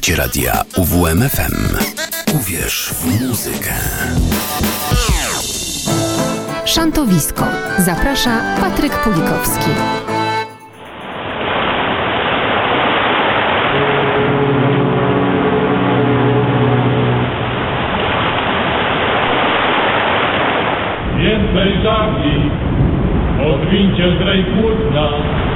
Słuchacie radia UWMFM. Uwierz w muzykę. Szantowisko. Zaprasza Patryk Pulikowski. Więcej żagli, odwincie zdrej płótna.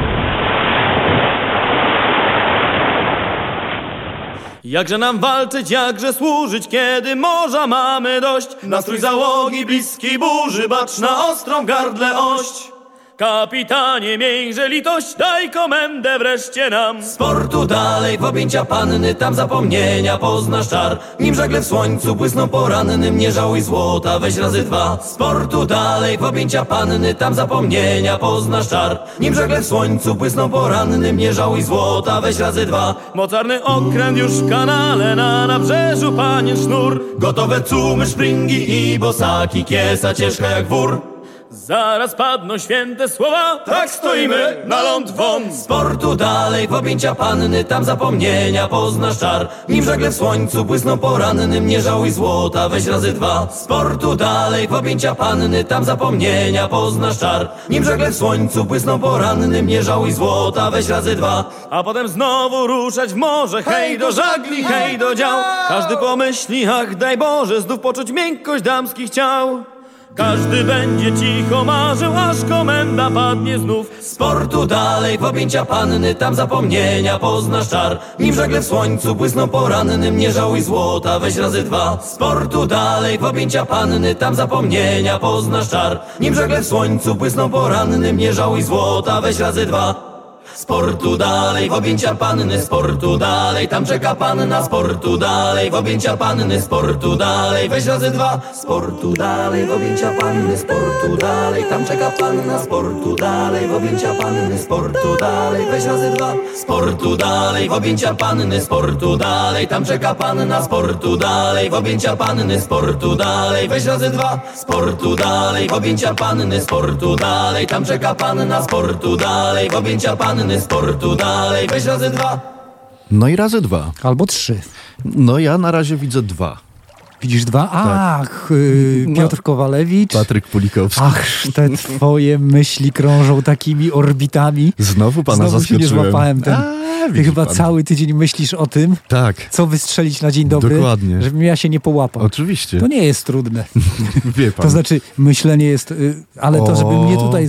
Jakże nam walczyć, jakże służyć, kiedy morza mamy dość. Nastrój załogi bliskiej burzy, bacz na ostrą w gardle ość. Kapitanie, miejże litość, daj komendę wreszcie nam. Z portu dalej w objęcia panny, tam zapomnienia poznasz czar. Nim żagle w słońcu błysną porannym, nie żałuj złota, weź razy dwa. Z portu dalej w objęcia panny, tam zapomnienia poznasz czar. Nim żagle w słońcu błysną porannym, nie żałuj złota, weź razy dwa. Mocarny okręt już w kanale, na nabrzeżu panien sznur. Gotowe cumy, szpringi i bosaki, kiesa ciężka jak wór. Zaraz padną święte słowa, tak stoimy na ląd won. Z portu dalej w objęcia panny, tam zapomnienia poznasz czar. Nim żagle w słońcu błysną porannym, nie żałuj złota, weź razy dwa. Z portu dalej w objęcia panny, tam zapomnienia poznasz czar. Nim żagle w słońcu błysną porannym, nie żałuj złota, weź razy dwa. A potem znowu ruszać w morze, hej do żagli, hej do dział. Każdy pomyśli, ach daj Boże, znów poczuć miękkość damskich ciał. Każdy będzie cicho marzył, aż komenda padnie znów. Z portu dalej w objęcia panny, tam zapomnienia poznasz czar. Nim żagle w słońcu błysną porannym, nie żałuj złota, weź razy dwa. Z portu dalej w objęcia panny, tam zapomnienia poznasz czar. Nim żagle w słońcu błysną porannym, nie żałuj złota, weź razy dwa. Z portu dalej w objęcia panny, z portu dalej, tam czeka panna. Z portu dalej w objęcia panny, z portu dalej, weź razy dwa. Z portu dalej w objęcia panny, z portu dalej, tam czeka panna. Z portu dalej w objęcia panny, z portu dalej, weź razy dwa. Z portu dalej w objęcia panny, z portu dalej, tam czeka panna. Z portu dalej w objęcia panny, z portu dalej, weź razy dwa. Z portu dalej w objęcia panny, z portu dalej, tam czeka panna. Z portu dalej w objęcia panny, z portu dalej, weź razy dwa. No i razy dwa. Albo 3. No ja na razie widzę 2. Widzisz 2? Ach, Piotr Kowalewicz. Patryk Pulikowski. Ach, te twoje myśli krążą takimi orbitami. Znowu pana Znowu zaskoczyłem. się nie złapałem. Ty chyba pan. cały tydzień myślisz o tym, Tak. co wystrzelić na dzień dobry, Dokładnie. żebym ja się nie połapał. Oczywiście. To nie jest trudne. Wie pan. To znaczy, myślenie jest, ale to, żeby mnie tutaj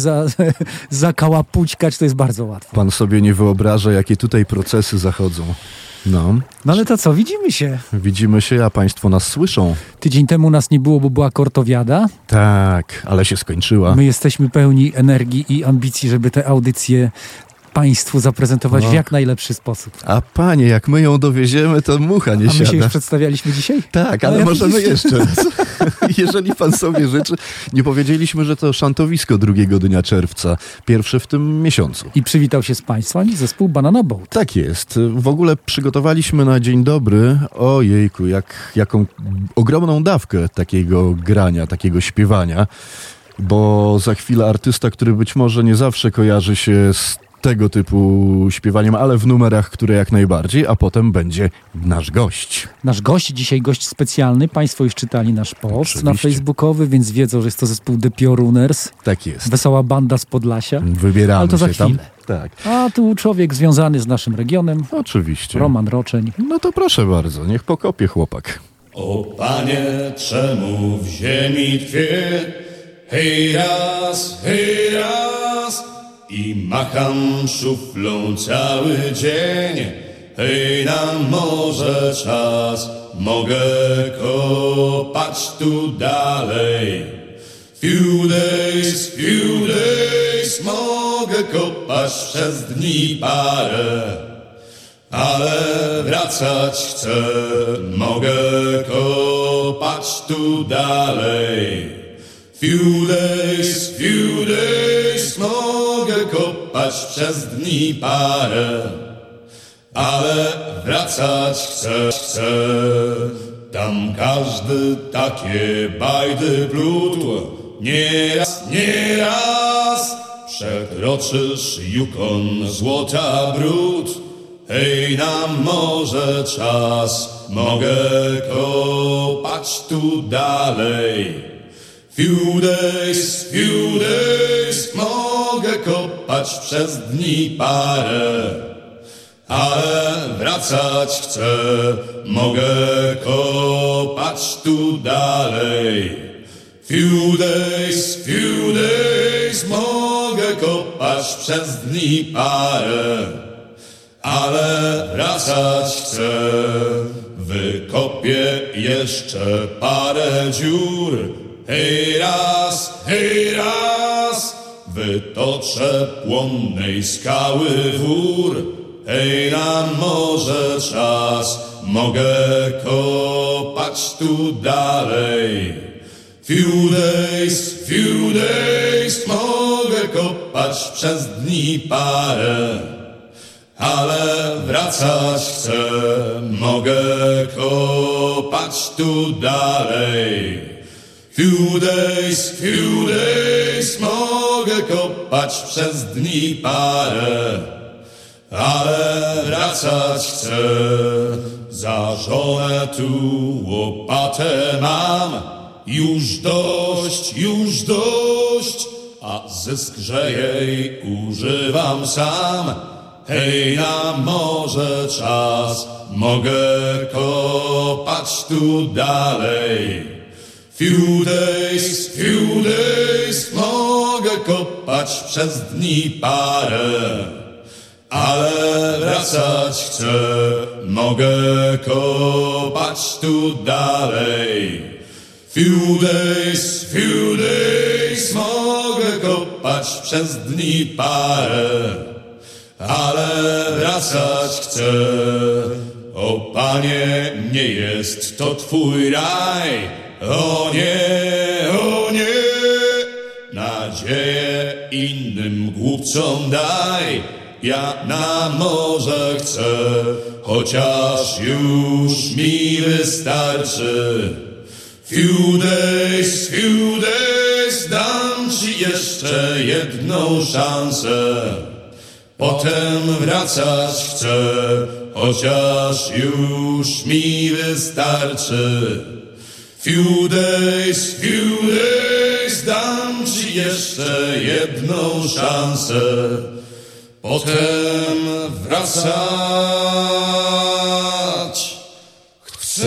zakałapućkać, to jest bardzo łatwe. Pan sobie nie wyobraża, jakie tutaj procesy zachodzą. No. No ale to co, widzimy się. Widzimy się, a państwo nas słyszą. Tydzień temu nas nie było, bo była kortowiada. Tak, ale się skończyła. My jesteśmy pełni energii i ambicji, żeby te audycje państwu zaprezentować w jak najlepszy sposób. A panie, jak my ją dowieziemy, to mucha nie A my siada. się już przedstawialiśmy dzisiaj? Tak, ale możemy jeszcze raz. Jeżeli pan sobie życzy. Nie powiedzieliśmy, że to szantowisko 2 dnia czerwca. Pierwsze w tym miesiącu. I przywitał się z państwami zespół Banana Boat. Tak jest. W ogóle przygotowaliśmy na dzień dobry, ojejku, jaką ogromną dawkę takiego grania, takiego śpiewania. Bo za chwilę artysta, który być może nie zawsze kojarzy się z tego typu śpiewaniem, ale w numerach, które jak najbardziej, a potem będzie nasz gość. Nasz gość, dzisiaj gość specjalny. Państwo już czytali nasz post Oczywiście. na facebookowy, więc wiedzą, że jest to zespół The Pioruners. Tak jest. Wesoła banda z Podlasia. Wybieramy Ale to za się tam. chwilę. Tak. A tu człowiek związany z naszym regionem. Oczywiście. Roman Roczeń. No to proszę bardzo, niech pokopie chłopak. O Panie, czemu w ziemi tkwie? Hej raz i macham szuflą cały dzień. Hej, na morze czas, mogę kopać tu dalej. Few days, mogę kopać przez dni parę. Ale wracać chcę, mogę kopać tu dalej. Few days, mogę kopać przez dni parę. Ale wracać chcę, tam każdy takie bajdy plótł. Nieraz przekroczysz Yukon, złota brud. hej, na morze czas, mogę kopać tu dalej. Few days, mogę kopać przez dni parę, ale wracać chcę, mogę kopać tu dalej. Few days, mogę kopać przez dni parę, ale wracać chcę. Wykopię jeszcze parę dziur, hej raz, wytoczę płonnej skały wór. Hej, na morze czas, mogę kopać tu dalej. Few days, mogę kopać przez dni parę, ale wracać chcę, mogę kopać tu dalej. Few days, mogę kopać przez dni parę, ale wracać chcę. Za żonę tu łopatę mam, już dość, a zysk, że jej używam sam. Hej, na morze czas, mogę kopać tu dalej. Few days, mogę kopać przez dni parę, ale wracać chcę, mogę kopać tu dalej. Few days, mogę kopać przez dni parę, ale wracać chcę. O Panie, nie jest to Twój raj, o nie, nadzieję innym głupcom daj. Ja na morze chcę, chociaż już mi wystarczy. Few days, dam Ci jeszcze jedną szansę. Potem wracać chcę, chociaż już mi wystarczy. Few days, dam Ci jeszcze jedną szansę. Potem wracać chcę.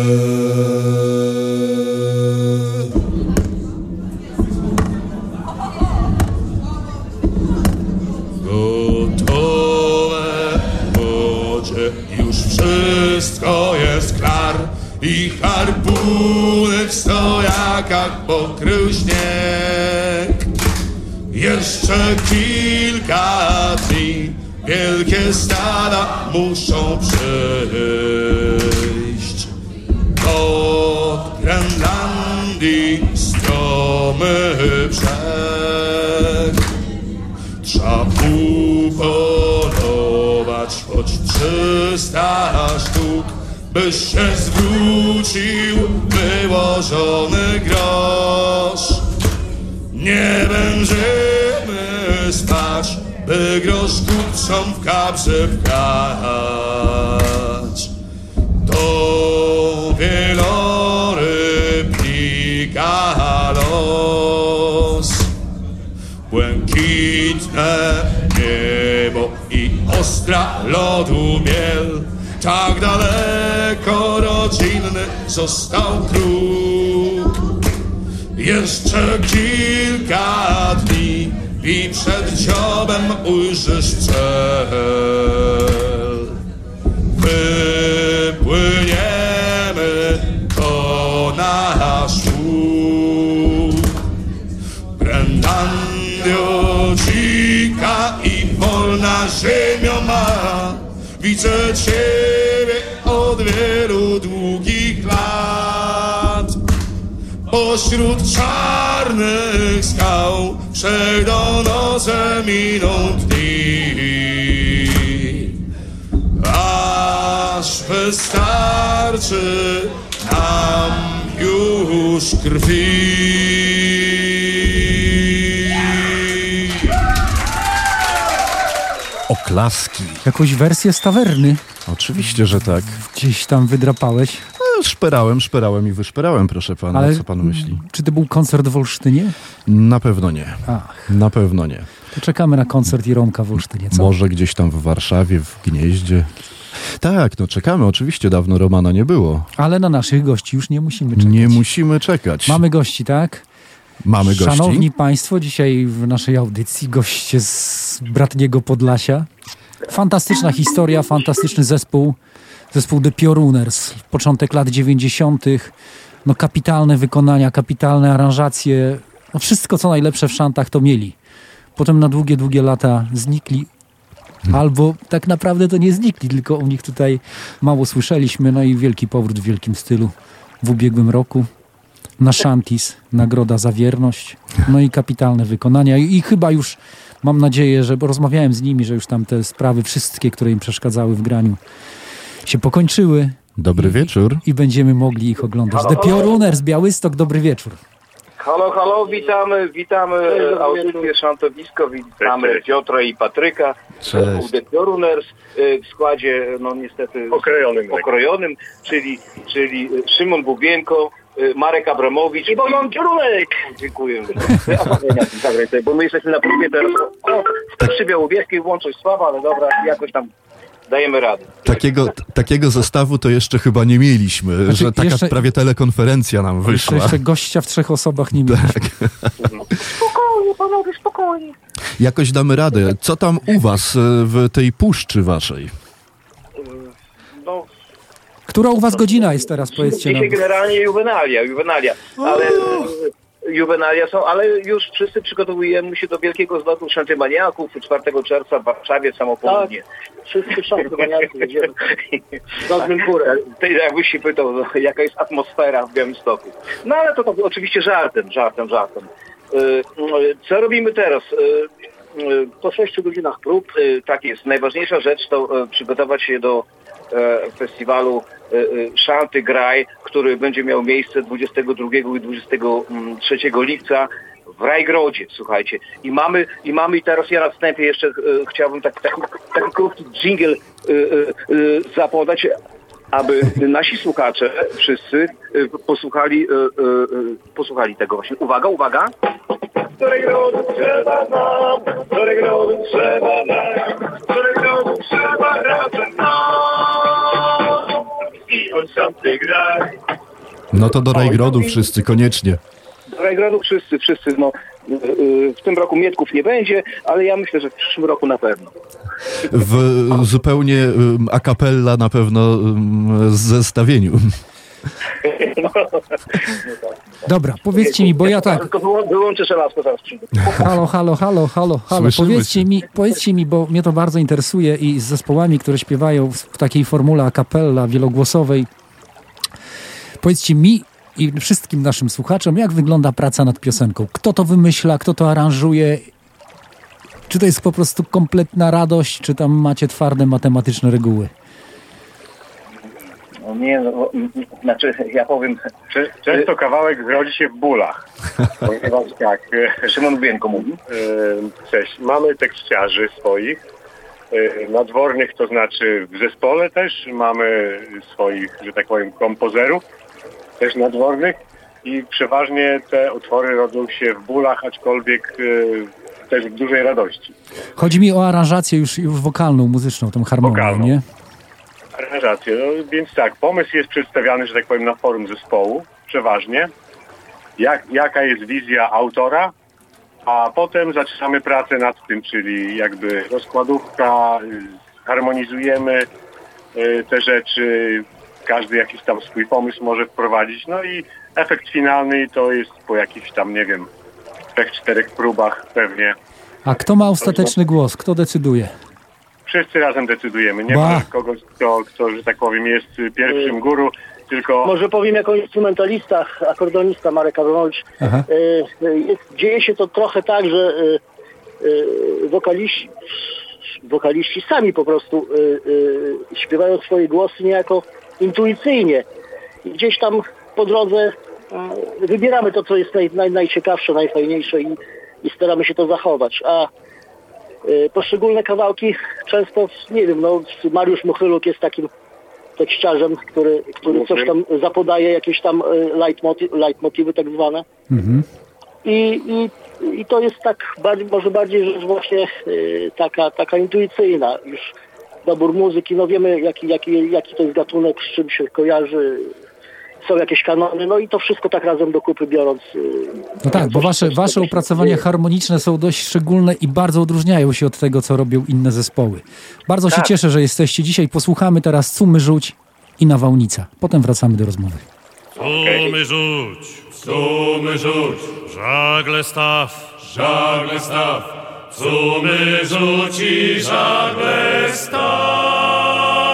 Gotowe w wodzie, już wszystko jest klar i harpuny w stojakach pokrył śnieg. Jeszcze kilka dni, wielkie stada muszą przyjść. Od Grenlandii stromy brzeg. Trzeba upolować choć 300 sztuk, byś się zwrócił wyłożony grosz. Nie będziemy spać, by grosz kupcom w kaprze pchać. To wielorybnika los, błękitne niebo i ostra lodu miel. Tak daleko rodzinny został kruk. Jeszcze kilka dni i przed dziobem ujrzysz cel. Wypłyniemy, to nasz łuk. Grenlandio dzika i wolna ziemia ma. Widzę Ciebie od wielu długich lat. Pośród czarnych skał przejdą noce, miną dni, aż wystarczy nam już krwi. Oklaski. Jakąś wersję z tawerny Oczywiście, że tak. gdzieś tam wydrapałeś. Szperałem i wyszperałem, proszę pana. Ale Co pan myśli? czy to był koncert w Olsztynie? Na pewno nie. Ach, Na pewno nie. to czekamy na koncert Jeromka w Olsztynie, co? Może gdzieś tam w Warszawie, w Gnieździe. Tak, no czekamy. Oczywiście dawno Romana nie było. Ale na naszych gości już nie musimy czekać. Nie musimy czekać. Mamy gości, tak? Mamy gości. Szanowni Państwo, dzisiaj w naszej audycji goście z bratniego Podlasia. Fantastyczna historia, fantastyczny zespół The Pioruners. Początek lat 90. No kapitalne wykonania, kapitalne aranżacje. No wszystko, co najlepsze w szantach to mieli. Potem na długie lata znikli. Albo tak naprawdę to nie znikli, tylko o nich tutaj mało słyszeliśmy. No i wielki powrót w wielkim stylu w ubiegłym roku. Na Shanties, nagroda za wierność. No i kapitalne wykonania. I chyba już mam nadzieję, że, bo rozmawiałem z nimi, że już tam te sprawy wszystkie, które im przeszkadzały w graniu, się pokończyły. Dobry wieczór. I będziemy mogli ich oglądać. The Pioruners, Białystok, dobry wieczór. Halo, witamy audycję Szantowisko, witamy Piotra i Patryka. Cześć. The Pioruners w składzie, no niestety okrojonym, czyli Szymon Bubienko, Marek Abramowicz i Bogdan Piorunek. Dziękuję. Bo my jesteśmy na próbie teraz w Puszczy Białowieskiej, łączność słaba, ale dobra, jakoś tam dajemy radę. Takiego zestawu to jeszcze chyba nie mieliśmy, Znaczy, że taka jeszcze- prawie telekonferencja nam wyszła. Jeszcze gościa w 3 osobach nie mieliśmy. Tak. Spokojnie, panowie, spokojnie. Jakoś damy radę. Co tam u was w tej puszczy waszej? No, Która u was godzina jest teraz, powiedzcie nam? dzisiaj generalnie juwenalia, ale juwenalia są, ale już wszyscy przygotowujemy się do wielkiego zlotu Szantymaniaków 4 czerwca w Warszawie, samo południe. Tak, wszyscy Szantymaniaków jedziemy. Jakbyś się pytał, no, jaka jest atmosfera w Białymstoku. No ale to oczywiście żartem. Co robimy teraz? Po 6 godzinach prób, tak jest. Najważniejsza rzecz to przygotować się do festiwalu Szanty Graj, który będzie miał miejsce 22 i 23 lipca w Rajgrodzie, słuchajcie. I teraz ja na wstępie jeszcze chciałbym taki krótki dżingiel zapodać, aby nasi słuchacze wszyscy posłuchali tego właśnie. Uwaga! Do Rajgrodu trzeba nam, do Rajgrodu trzeba nam, do Rajgrodu trzeba razem nam i on Szanty Graj. No to do Rajgrodu wszyscy, koniecznie. Do Rajgrodu wszyscy, no w tym roku Mietków nie będzie, ale ja myślę, że w przyszłym roku na pewno. Zupełnie a cappella na pewno z zestawieniu. Dobra, powiedzcie mi, bo ja tak... Tylko wyłączę żelazko zaraz przyjdę. Halo. Słyszymy Powiedzcie mi, bo mnie to bardzo interesuje i z zespołami, które śpiewają w takiej formule a cappella, wielogłosowej. Powiedzcie mi i wszystkim naszym słuchaczom, jak wygląda praca nad piosenką? Kto to wymyśla, kto to aranżuje? Czy to jest po prostu kompletna radość, czy tam macie twarde matematyczne reguły? No nie, no, znaczy ja powiem... Często kawałek rodzi się w bólach. Ponieważ tak, Szymon Bubienko mówi. cześć, mamy tekściarzy swoich, nadwornych, to znaczy w zespole też mamy swoich, że tak powiem, kompozerów, też nadwornych i przeważnie te utwory rodzą się w bólach, aczkolwiek też w dużej radości. Chodzi mi o aranżację już wokalną, muzyczną, tą harmonię, Wokalną. nie? Aranżację, no, więc tak, pomysł jest przedstawiany, że tak powiem, na forum zespołu, przeważnie. Jaka jest wizja autora, a potem zaczynamy pracę nad tym, czyli jakby rozkładówka, harmonizujemy te rzeczy, każdy jakiś tam swój pomysł może wprowadzić, no i efekt finalny to jest po jakichś tam, nie wiem, 3-4 próbach pewnie. A kto ma ostateczny głos? Kto decyduje? Wszyscy razem decydujemy, nie Ba. ma kogoś, kto, że tak powiem, jest pierwszym guru, tylko... Może powiem jako instrumentalista, akordonista Marek Abramowicz. Dzieje się to trochę tak, że wokaliści sami po prostu śpiewają swoje głosy niejako intuicyjnie. I gdzieś tam po drodze wybieramy to, co jest najciekawsze, najfajniejsze i staramy się to zachować. A Poszczególne kawałki często, nie wiem, no Mariusz Muchyluk jest takim tekściarzem, który coś tam zapodaje, jakieś tam leitmotywy tak zwane. I to jest tak może bardziej rzecz właśnie taka intuicyjna. Już dobór muzyki, no wiemy jaki to jest gatunek, z czym się kojarzy. Są jakieś kanony, no i to wszystko tak razem do kupy biorąc. No tak, bo wasze opracowania harmoniczne są dość szczególne i bardzo odróżniają się od tego, co robią inne zespoły. Bardzo się cieszę, że jesteście dzisiaj. Posłuchamy teraz Cumy rzuć i Nawałnica. Potem wracamy do rozmowy. Cumy rzuć, żagle staw, cumy rzuć i żagle staw.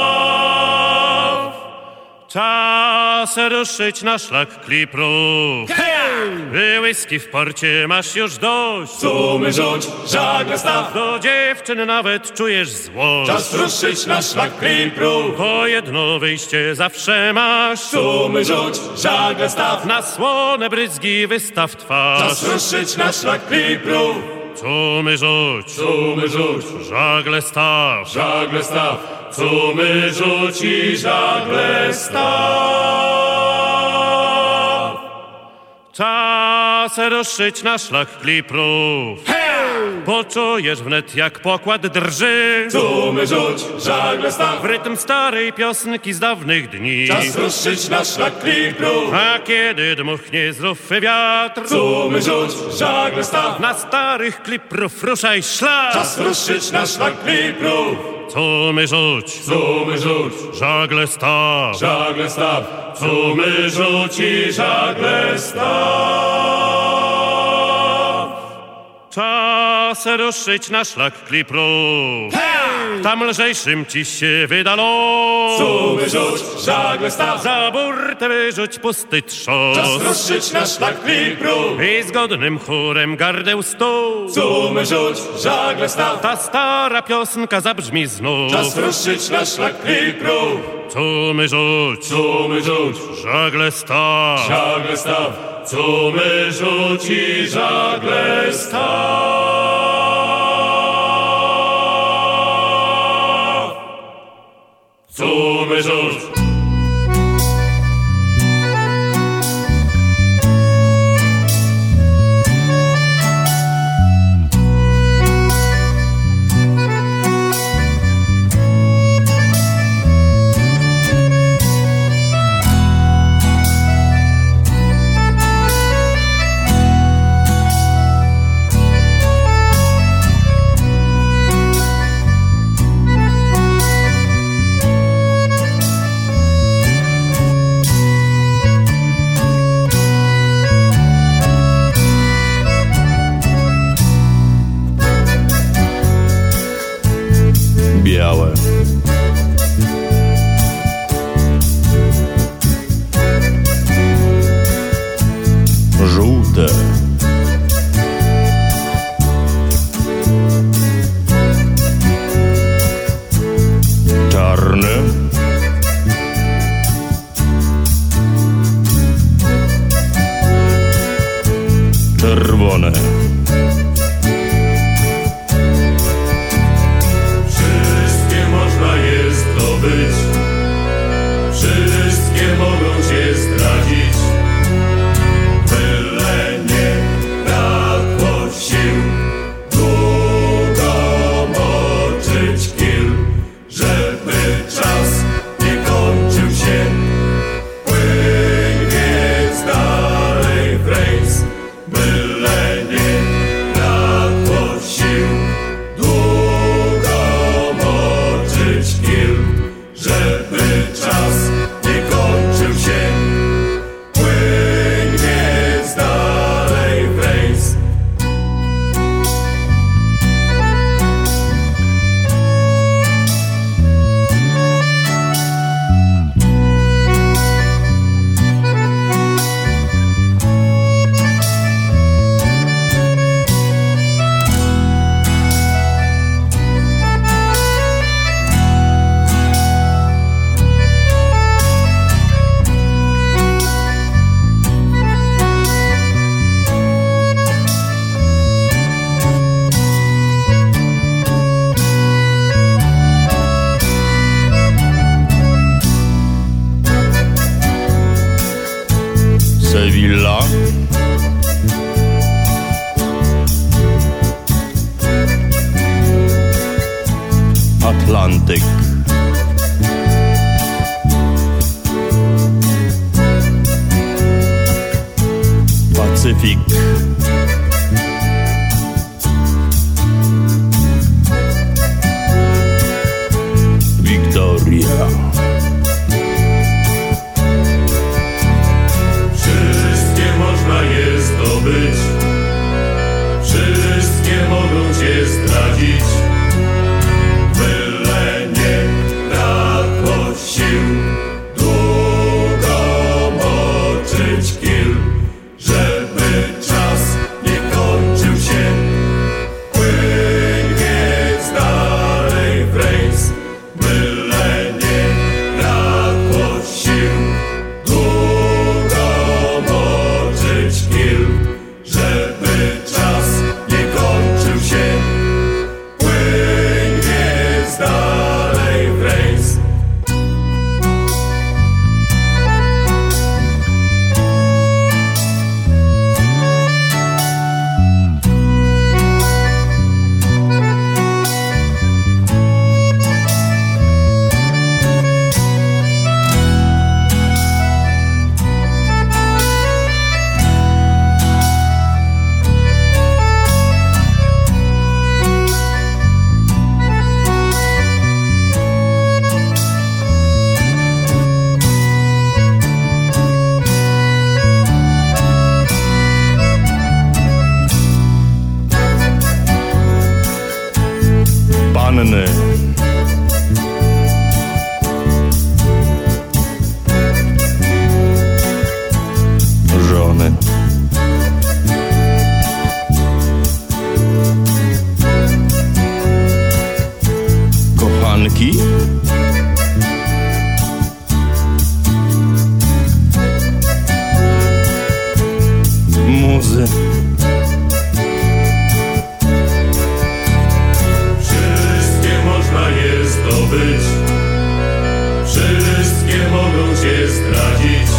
Czas ruszyć na szlak Kliprów. Wyłyski w porcie masz już dość. Cumy rzuć, żagle staw. Do dziewczyn nawet czujesz złość. Czas ruszyć na szlak Kliprów. Po jedno wyjście zawsze masz. Cumy rzuć, żagle staw. Na słone bryzgi wystaw twarz. Czas ruszyć na szlak Kliprów. Cumy rzuć, żagle staw, cumy rzuć i żagle staw. Czas ruszyć na szlak Kliprów. Poczujesz wnet jak pokład drży. Cumy rzuć, żagle staw. W rytm starej piosenki z dawnych dni. Czas ruszyć na szlak Kliprów. A kiedy dmuchnie z rufy wiatr. Cumy rzuć, żagle staw. Na starych Kliprów ruszaj szlak. Czas ruszyć na szlak Kliprów. Cumy rzuć, żagle staw, cumy rzuć i żagle staw. Czas ruszyć na szlak Kliprów. Tam lżejszym ci się wydalo. Cumy rzuć, żagle staw. Za burtę wyrzuć pusty trzos. Czas ruszyć na szlak Kliprów. I zgodnym chórem gardeł stół. Cumy rzuć, żagle staw. Ta stara piosenka zabrzmi znów. Czas ruszyć na szlak Kliprów. Cumy rzuć, żagle staw, cumy rzuć i żagle staw. Cumy rzuć. Pacyfik. Wiktoria. Wszystkie można je zdobyć, wszystkie mogą cię zdradzić. Byle nie brakło sił, długo moczyć kil, żeby czas nie kończył się. Płyń więc dalej w rejs, byle nie brakło sił, długo moczyć kil, żeby czas nie kończył się. Płyń więc dalej w rejs. Panny. Żony. Kochanki. Muzy. Wszystkie można je zdobyć, wszystkie mogą cię zdradzić.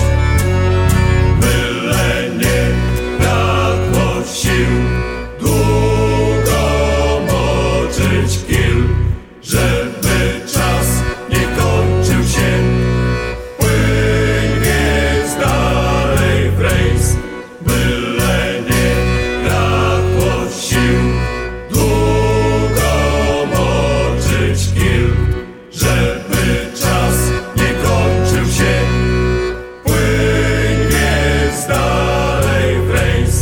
Byle nie brakło sił, długo moczyć kil, żeby czas nie kończył się. Płyń więc dalej w rejs, byle nie brakło sił, długo moczyć kil, żeby czas nie kończył się. Płyń więc dalej w rejs.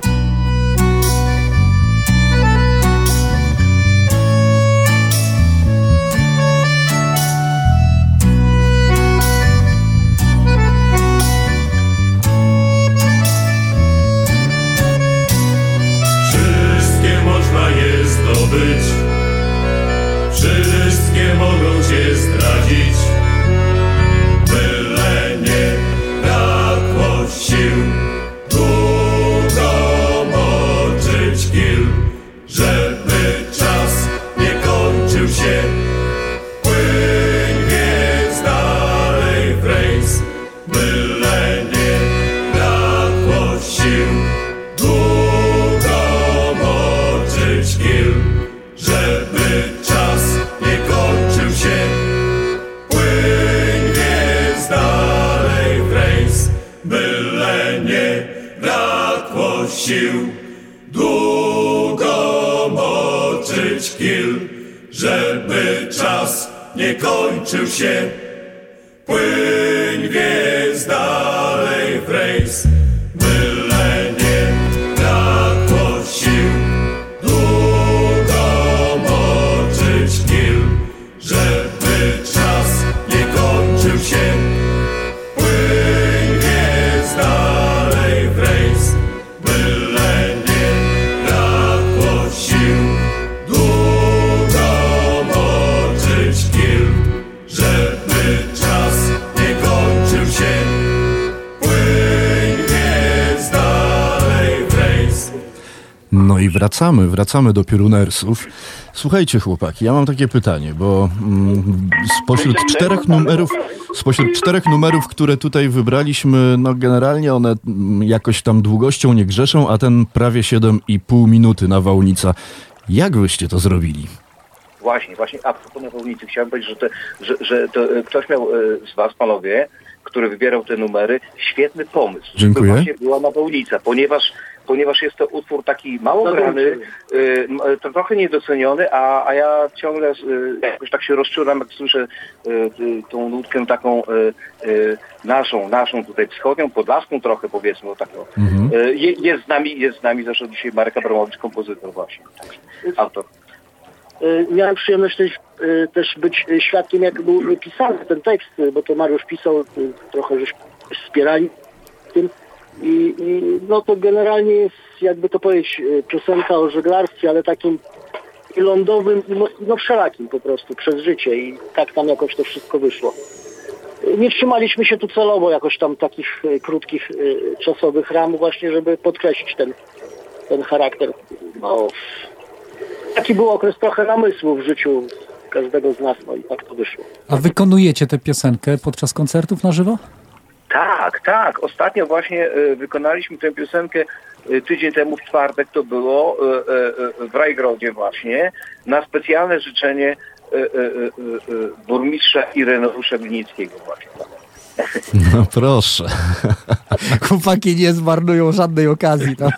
Wszystkie można je zdobyć, wszystkie mogą cię zdradzić. Byle nie brakło sił, długo moczyć kil, żeby czas nie kończył się. Płyń więc dalej w rejs, byle nie brakło sił, długo moczyć kil, żeby czas nie kończył się. Płyń więc dalej w rejs, byle nie brakło sił, długo moczyć kil, żeby czas nie kończył się. Płyń więc dalej w rejs, byle nie brakło sił, długo moczyć kil, żeby czas nie kończył się. Płyń więc dalej w rejs, byle nie brakło sił, długo moczyć kil, żeby czas nie kończył się. Płyń więc dalej w rejs. No i wracamy do Piorunersów. Słuchajcie chłopaki, ja mam takie pytanie, bo spośród czterech numerów, które tutaj wybraliśmy, no generalnie one jakoś tam długością nie grzeszą, a ten prawie 7,5 minuty nawałnica. Jak wyście to zrobili? Właśnie, a propos nawałnicy chciałem powiedzieć, że to ktoś miał z was, panowie, który wybierał te numery, świetny pomysł. Dziękuję. Żeby właśnie była Małolnica, ponieważ jest to utwór taki mało grany, to trochę niedoceniony, a ja ciągle jakoś tak się rozczulam, jak słyszę tą nutkę taką naszą tutaj wschodnią, podlaską trochę powiedzmy, taką. Jest z nami zresztą dzisiaj Marek Abramowicz, kompozytor właśnie, autor. Miałem przyjemność też być świadkiem, jak był pisany ten tekst, bo to Mariusz pisał, trochę żeśmy wspierali w tym. I no to generalnie jest, jakby to powiedzieć, piosenka o żeglarstwie, ale takim i lądowym, no wszelakim po prostu, przez życie i tak tam jakoś to wszystko wyszło. Nie trzymaliśmy się tu celowo jakoś tam takich krótkich, czasowych ram właśnie, żeby podkreślić ten charakter. No, taki był okres trochę namysłu w życiu każdego z nas, no i tak to wyszło. A wykonujecie tę piosenkę podczas koncertów na żywo? Tak. Ostatnio właśnie wykonaliśmy tę piosenkę tydzień temu w czwartek to było w Rajgrodzie właśnie na specjalne życzenie burmistrza Ireneusza Glinickiego właśnie. No proszę. Chłopaki nie zmarnują żadnej okazji. No.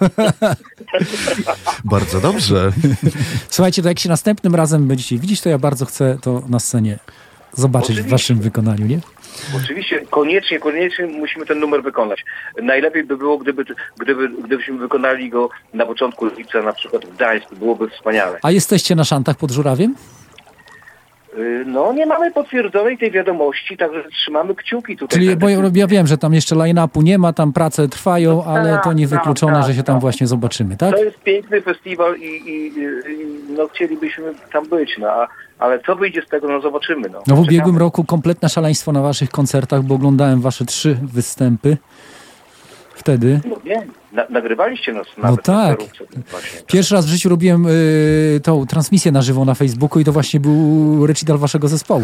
Bardzo dobrze. Słuchajcie, to jak się następnym razem będziecie widzieć, to ja bardzo chcę to na scenie zobaczyć. Oczywiście. W waszym wykonaniu, nie? Oczywiście, koniecznie musimy ten numer wykonać. Najlepiej by było, gdybyśmy wykonali go na początku lipca, na przykład w Gdańsku. Byłoby wspaniale. A jesteście na szantach pod Żurawiem? No, nie mamy potwierdzonej tej wiadomości, także trzymamy kciuki tutaj. Czyli, bo ja wiem, że tam jeszcze line-upu nie ma, tam prace trwają, ale to niewykluczone, że się tam właśnie zobaczymy, tak? To jest piękny festiwal i no, chcielibyśmy tam być, no, ale co wyjdzie z tego, no zobaczymy. No w ubiegłym roku kompletne szaleństwo na waszych koncertach, bo oglądałem wasze 3 występy wtedy. No wiem, nagrywaliście nas no tak. Pierwszy raz w życiu robiłem tą transmisję na żywo na Facebooku i to właśnie był recital waszego zespołu.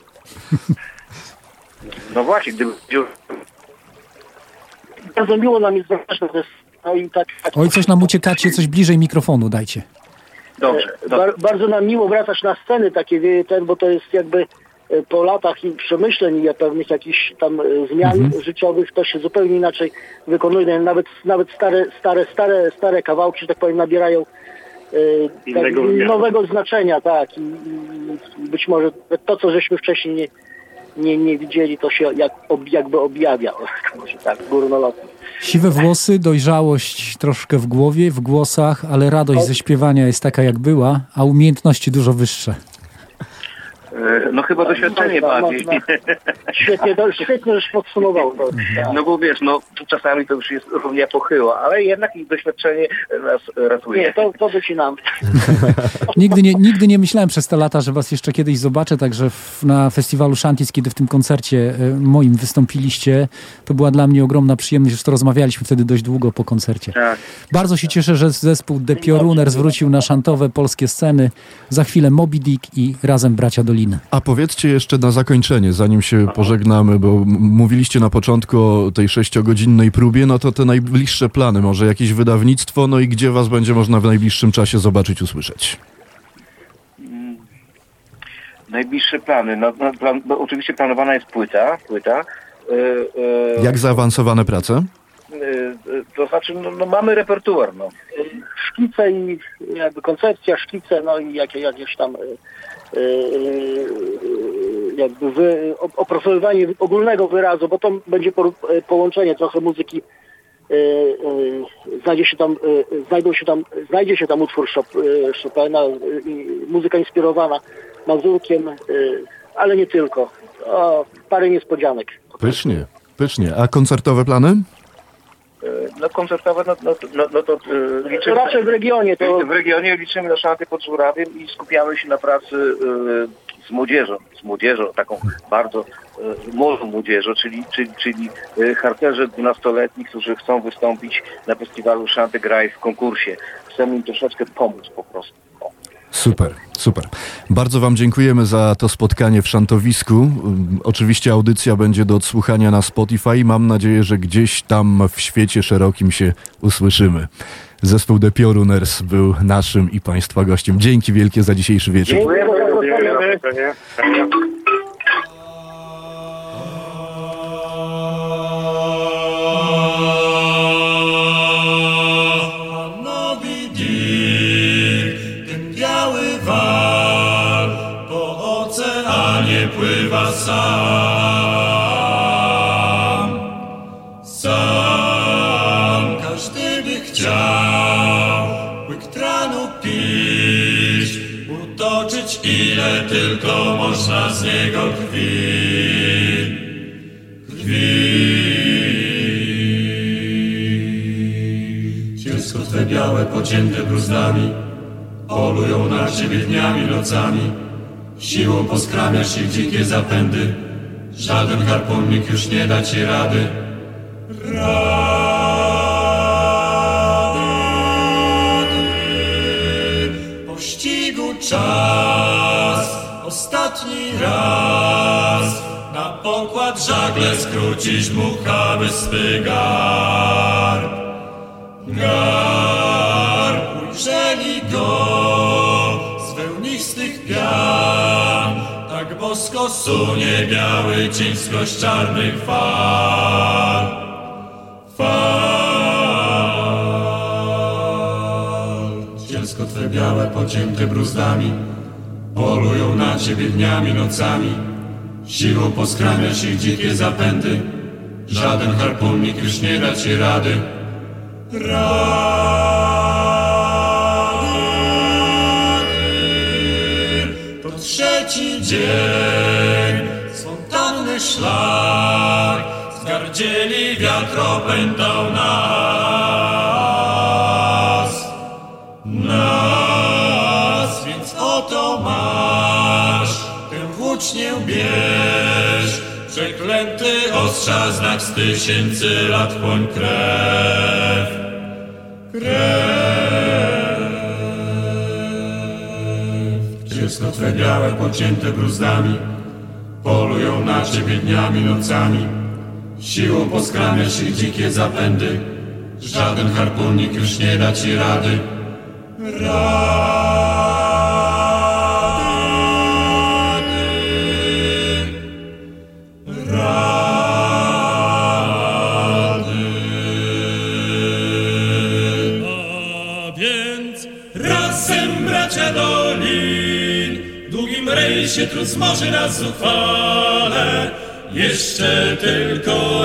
No właśnie, gdyby... Bardzo miło nam jest no i tak. Oj, coś nam uciekacie, coś bliżej mikrofonu dajcie. Dobrze. Bardzo nam miło wracać na sceny takie, bo to jest jakby po latach i przemyśleń i pewnych jakichś tam zmian życiowych to się zupełnie inaczej wykonuje. Nawet stare kawałki, że tak powiem, nabierają nowego znaczenia, tak. I być może to, co żeśmy wcześniej nie widzieli, to się jakby objawia. Może tak, górnolotnie. Siwe włosy, dojrzałość troszkę w głowie, w głosach, ale radość ze śpiewania jest taka jak była, a umiejętności dużo wyższe. No chyba doświadczenie bardziej. Świetnie, żeś podsumował to. No bo wiesz, no czasami to już jest równia pochyła, ale jednak ich doświadczenie nas ratuje. Nie, to docinam. Nigdy nie myślałem przez te lata, że was jeszcze kiedyś zobaczę, także na festiwalu Shanties, kiedy w tym koncercie moim wystąpiliście, to była dla mnie ogromna przyjemność, już to rozmawialiśmy wtedy dość długo po koncercie. Tak. Bardzo się cieszę, że zespół The Pioruners wrócił na szantowe polskie sceny. Za chwilę Moby Dick i razem Bracia Doliny. A powiedzcie jeszcze na zakończenie, zanim się pożegnamy, bo mówiliście na początku o tej 6-godzinnej próbie, no to te najbliższe plany, może jakieś wydawnictwo, no i gdzie was będzie można w najbliższym czasie zobaczyć, usłyszeć? Najbliższe plany, bo oczywiście planowana jest płyta. Jak zaawansowane prace? To znaczy, mamy repertuar, Szkice i jakby koncepcja, szkice, no i jakieś tam jakby opracowywanie ogólnego wyrazu, bo to będzie połączenie trochę muzyki. Znajdzie się tam utwór Chopina, muzyka inspirowana Mazurkiem, ale nie tylko. Parę niespodzianek. Pysznie. A koncertowe plany? No koncertowe, no to liczymy... Raczej w regionie. W regionie liczymy na Szanty pod Żurawiem i skupiamy się na pracy z młodzieżą, taką bardzo młodą młodzieżą, czyli harcerze 12-letni, którzy chcą wystąpić na festiwalu Shanty Graj w konkursie. Chcemy im troszeczkę pomóc po prostu. Super. Bardzo wam dziękujemy za to spotkanie w Szantowisku. Oczywiście audycja będzie do odsłuchania na Spotify. Mam nadzieję, że gdzieś tam w świecie szerokim się usłyszymy. Zespół The Pioruners był naszym i państwa gościem. Dzięki wielkie za dzisiejszy wieczór. Dziękujemy. sam. Sam każdy by chciał łyk tranu pić, utoczyć ile tylko można z niego krwi. Dziecko twe białe, pocięte bruzdami, polują na ciebie dniami, nocami. Siłą poskramiasz ich dzikie zapędy, żaden harpunnik już nie da ci rady. Pościgu czas, ostatni raz, na pokład żagle skrócić dmuchamy swy garb. Ujrzeli go z wełnistych pian, tak bosko sunie biały cień skroś czarnych fal. Dziecko twe białe, pocięte bruzdami, polują na ciebie dniami, nocami. Siłą poskramiasz ich dzikie zapędy, żaden harpunnik już nie da ci rady. To trzeci dzień, spontaniczny szlak, zgardzieli wiatr opętał nas, więc oto masz tę włócznię bierz, przeklęty ostrza znak z 1000 lat chłoń krew. Dziecko twe białe, pocięte bruzdami, polują na ciebie dniami, nocami. Siłą poskramiasz ich dzikie zapędy, żaden harpunnik już nie da ci rady. Się trud zmoży nas zuchwale, jeszcze tylko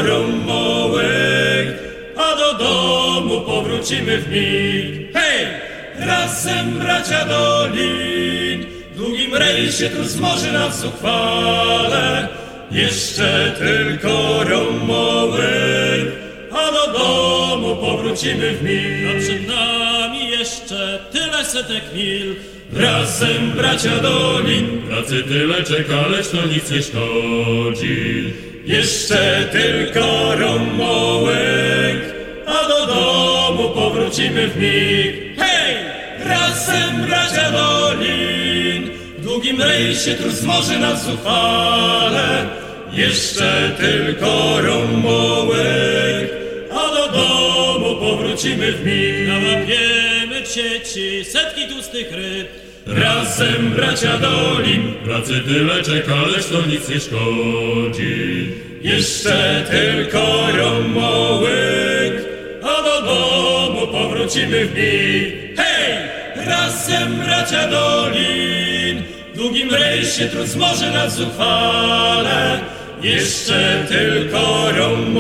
Romołek, a do domu powrócimy w mig. Hej! Razem bracia Dolin, w długim rejsie trud zmoży nas zuchwale, jeszcze tylko Romołek, a do domu powrócimy w mig. A przed nami jeszcze tyle setek mil. Razem bracia Dolin, pracy tyle czeka, lecz to nic nie szkodzi. Jeszcze tylko Romołek, a do domu powrócimy w mig. Hej! Razem bracia Dolin, w długim rejsie trud zmoży nas zuchwale. Jeszcze tylko Romołek, a do domu powrócimy w mig. Nałapiemy w sieci setki tłustych ryb. Razem bracia Dolin, pracy tyle czeka, lecz to nic nie szkodzi. Jeszcze tylko Romołek, a do domu powrócimy w mig. Hej! Razem bracia Dolin, w długim rejsie trud zmoży nas zuchwale. Jeszcze tylko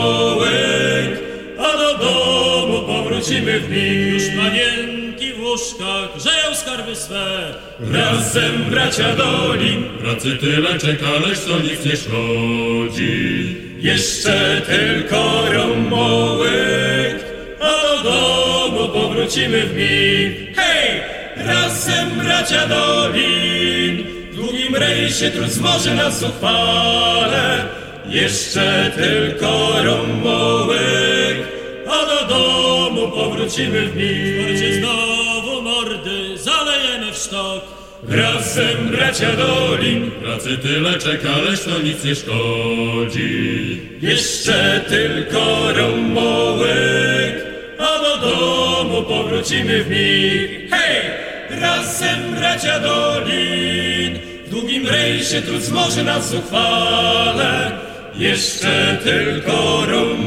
Romołek, a do domu powrócimy w mig. Już panienki w łóżkach grzeją skarby swe. Razem bracia Dolin, pracy tyle czeka, lecz to nic nie szkodzi. Jeszcze tylko Romołek, a do domu powrócimy w mig. Hej! Razem bracia Dolin, w długim rejsie trud zmoży nas zuchwale. Jeszcze tylko Romołek, a do domu powrócimy w mig. Wróćcie znowu mordy, zalejemy w sztok. Razem bracia Dolin, pracy tyle czeka, lecz to nic nie szkodzi. Jeszcze tylko Romołek, a do domu powrócimy w mig. Hej! Razem bracia Dolin, w długim rejsie trud zmoży nas zuchwale. Jeszcze tylko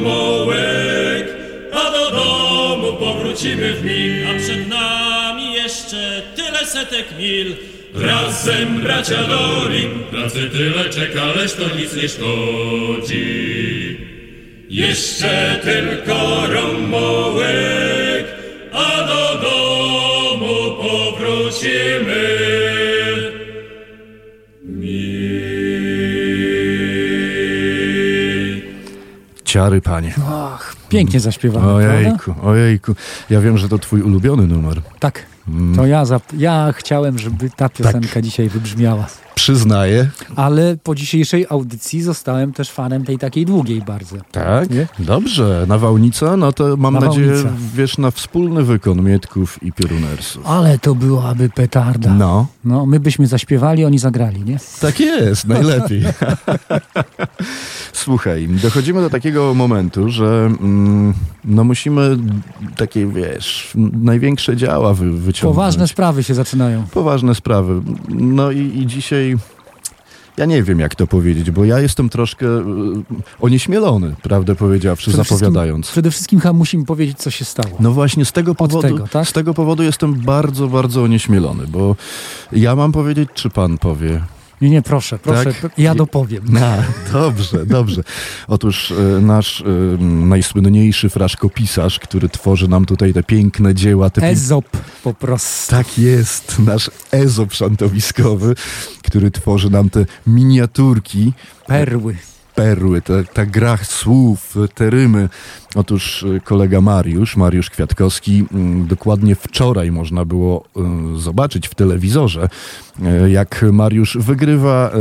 Romołek, a do domu powrócimy w mig. A przed nami jeszcze tyle setek mil. razem bracia Lorin. Pracy tyle czeka, lecz to nic nie szkodzi. Jeszcze tylko romołek, a do domu powrócimy. Ciary, panie. Ach, pięknie zaśpiewamy, Ojejku, ojejku. Ja wiem, że to twój ulubiony numer. Tak. To ja chciałem, żeby ta piosenka dzisiaj wybrzmiała. Przyznaję. Ale po dzisiejszej audycji zostałem też fanem tej takiej długiej bardzo. Tak? Nie? Dobrze. Nawałnica? No to mam nadzieję, Nawałnica. wiesz, na wspólny wykon Mietków i Piorunersów. Ale to byłaby petarda. No. No, my byśmy zaśpiewali, oni zagrali, nie? Tak jest, najlepiej. Słuchaj, dochodzimy do takiego momentu, że no musimy takie, wiesz, największe działa wyciągnąć. Poważne sprawy się zaczynają. Poważne sprawy. No i dzisiaj ja nie wiem, jak to powiedzieć, bo ja jestem troszkę onieśmielony, prawdę powiedziawszy, zapowiadając. Przede wszystkim musimy powiedzieć, co się stało. No właśnie z tego powodu jestem bardzo, bardzo onieśmielony, bo ja mam powiedzieć, czy pan powie? Nie, proszę, Tak? ja dopowiem. Dobrze. Otóż nasz najsłynniejszy fraszkopisarz, który tworzy nam tutaj te piękne dzieła. Ezop po prostu. Tak jest, nasz Ezop szantowiskowy, który tworzy nam te miniaturki. Perły, ta gra słów, te rymy. Otóż kolega Mariusz Kwiatkowski, dokładnie wczoraj można było zobaczyć w telewizorze, jak Mariusz wygrywa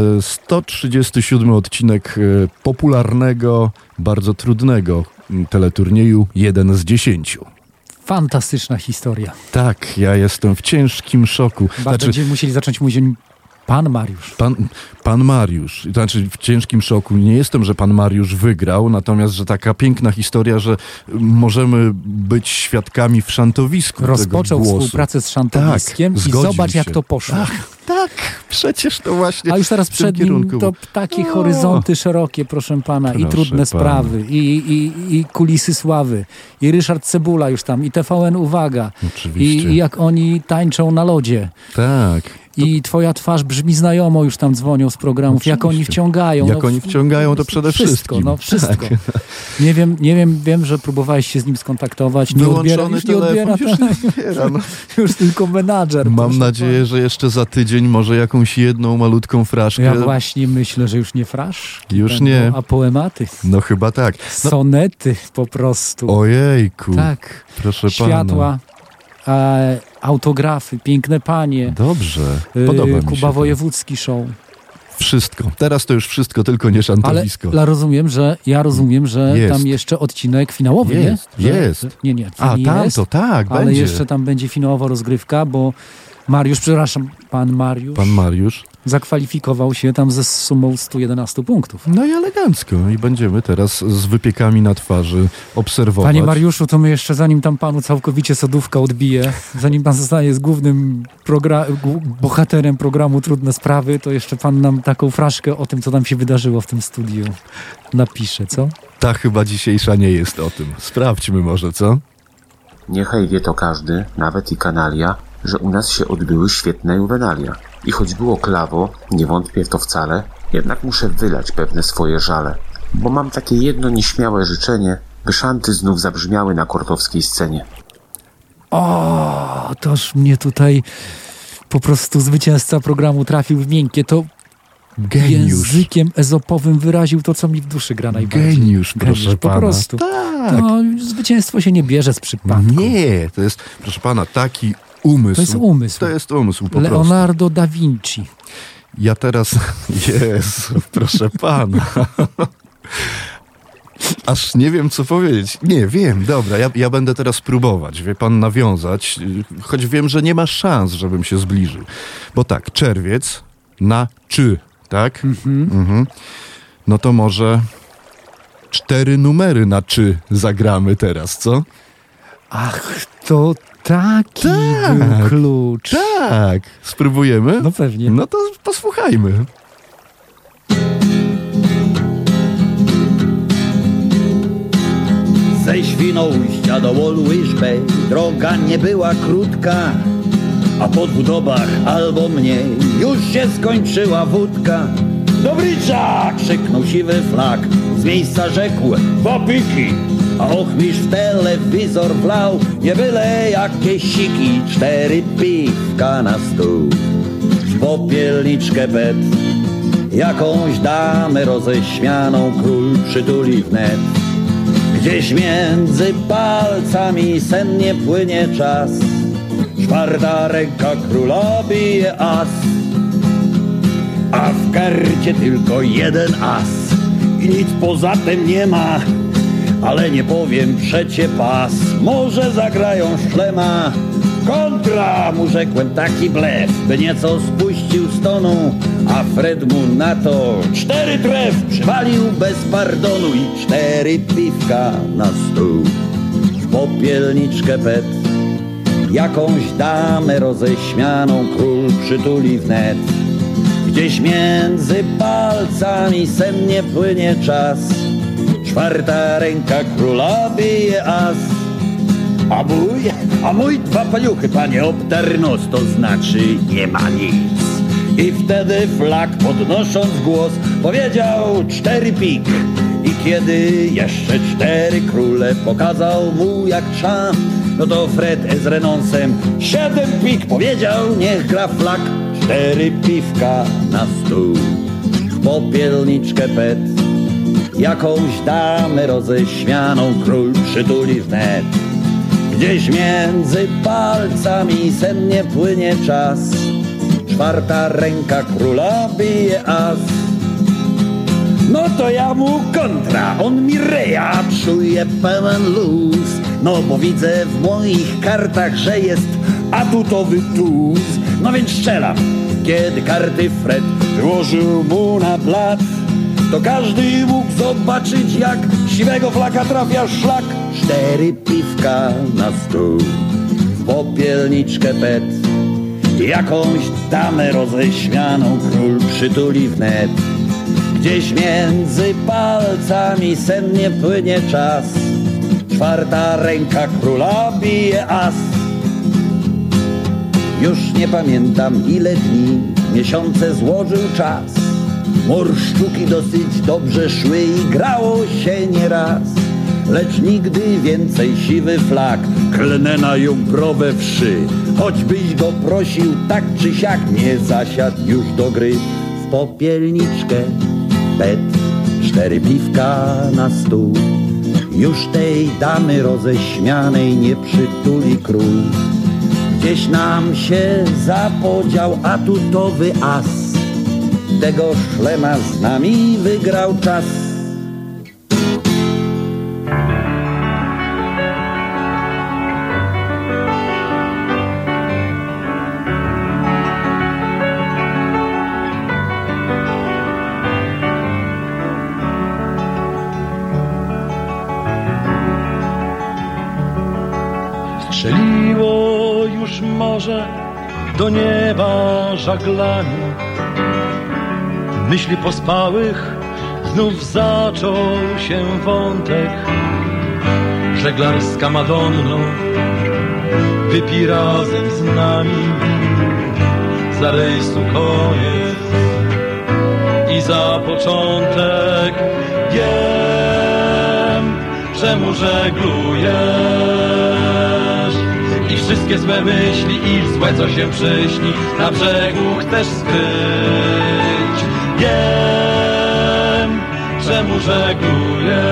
137 odcinek popularnego, bardzo trudnego teleturnieju 1 z 10. Fantastyczna historia. Tak, ja jestem w ciężkim szoku. Będziemy musieli zacząć mówić Pan Mariusz. Pan Mariusz. To znaczy w ciężkim szoku nie jestem, że pan Mariusz wygrał, natomiast, że taka piękna historia, że możemy być świadkami w szantowisku Rozpoczął tego głosu. współpracę z szantowiskiem i zobacz, jak to poszło. Tak, przecież to właśnie. A już teraz przed nim to takie horyzonty szerokie, proszę pana, i trudne sprawy, i kulisy sławy, i Ryszard Cebula już tam, i TVN Uwaga. Oczywiście. I jak oni tańczą na lodzie. Tak. I twoja twarz brzmi znajomo, już tam dzwonią z programów, oczywiście. Jak oni wciągają. Jak oni wciągają, to przede wszystkim. No wszystko. Tak. Wiem, że próbowałeś się z nim skontaktować. Wyłączony telefon, już nie odbiera. No. Już tylko menadżer. Mam nadzieję, że jeszcze za tydzień może jakąś jedną malutką fraszkę. Ja właśnie myślę, że już nie fraszki. Już nie. A poematy. No chyba tak. Sonety po prostu. Ojejku. Tak. Proszę Światła. Autografy, piękne panie. Dobrze, podoba mi się Kuba Wojewódzki show. Wszystko. Teraz to już wszystko, tylko nie szantowisko. Ale ja rozumiem, że tam jeszcze odcinek finałowy, jest, nie? Jest. Nie. Tak, ale będzie. jeszcze tam będzie finałowa rozgrywka, bo pan Mariusz zakwalifikował się tam ze sumą 111 punktów. No i elegancko. I będziemy teraz z wypiekami na twarzy obserwować. Panie Mariuszu, to my jeszcze zanim tam panu całkowicie sodówka odbije, zanim pan zostanie z głównym bohaterem programu Trudne Sprawy, to jeszcze pan nam taką fraszkę o tym, co tam się wydarzyło w tym studiu napisze, co? Ta chyba dzisiejsza nie jest o tym. Sprawdźmy może, co? Niechaj wie to każdy, nawet i kanalia, że u nas się odbyły świetne juwenalia. I choć było klawo, nie wątpię w to wcale, jednak muszę wylać pewne swoje żale. Bo mam takie jedno nieśmiałe życzenie, by szanty znów zabrzmiały na kortowskiej scenie. O, toż mnie tutaj po prostu zwycięzca programu trafił w miękkie. To geniusz. Językiem ezopowym wyraził to, co mi w duszy gra najbardziej. Geniusz, proszę pana. Po prostu. Tak. No, zwycięstwo się nie bierze z przypadku. Nie, to jest, proszę pana, taki umysł. To jest umysł. To jest umysł, po prostu. Leonardo da Vinci. Ja teraz... Jezu, proszę pana. Aż nie wiem, co powiedzieć. Nie, wiem, dobra, ja będę teraz próbować, wie pan, nawiązać, choć wiem, że nie ma szans, żebym się zbliżył. Bo tak, czerwiec na czy, tak? No to może 4 numery na czy zagramy teraz, co? Ach, to taki był klucz. Tak, spróbujemy? No pewnie. No to posłuchajmy. Ze Świnoujścia do Woluszby droga nie była krótka. a po 2 dobach albo mniej już się skończyła wódka. Dobricza! Krzyknął siwy flak, z miejsca rzekł: wapiki! A ochmistrz w telewizor wlał nie byle jakie siki. 4 piwka na stół, w popielniczkę bet. Jakąś damę roześmianą król przytuli wnet. Gdzieś między palcami sennie płynie czas. 4. ręka króla bije as, a w karcie tylko 1 as i nic poza tym nie ma. Ale nie powiem przecie pas, może zagrają szlema. Kontra, mu rzekłem, taki blef, by nieco spuścił z tonu. A Fred mu na to 4 tref przywalił bez pardonu i 4 piwka na stół, w popielniczkę pet. Jakąś damę roześmianą król przytuli wnet. Gdzieś między palcami sennie płynie czas. 4. ręka króla bije as, a mój 2 paniuchy, panie, obdarł nos, to znaczy nie ma nic. I wtedy flak, podnosząc głos, powiedział 4 pik. I kiedy jeszcze 4 króle pokazał mu jak trzeba, no to Fred z renonsem 7 pik powiedział, niech gra flak. 4 piwka na stół, w popielniczkę pet. Jakąś damę roześmianą król przytuli wnet. Gdzieś między palcami sennie płynie czas. 4. ręka króla bije as. No to ja mu kontra, on mi reja, czuje pełen luz. No bo widzę w moich kartach, że jest atutowy tuz. No więc strzelam, kiedy karty Fred wyłożył mu na blat. To każdy mógł zobaczyć, jak siwego flaka trafia szlak. 4 piwka na stół, w popielniczkę pet. Jakąś damę roześmianą król przytuli wnet. Gdzieś między palcami sennie płynie czas. 4. ręka króla bije as. Już nie pamiętam ile dni, miesiące złożył czas. Morszczuki dosyć dobrze szły i grało się nieraz. Lecz nigdy więcej siwy flak, klnę na jąbrowe wszy. Choćbyś go prosił tak czy siak, nie zasiadł już do gry. W popielniczkę pet, 4 piwka na stół. Już tej damy roześmianej nie przytuli król. Gdzieś nam się zapodział atutowy as. Tego szlema z nami wygrał czas. Strzeliło już morze do nieba żaglami. Myśli pospałych znów zaczął się wątek. Żeglarska Madonną wypij razem z nami. Za rejsu koniec i za początek. Wiem, czemu żeglujesz i wszystkie złe myśli i złe, co się przyśni, na brzegu chcesz skryć. Wiem, czemu żeglujesz.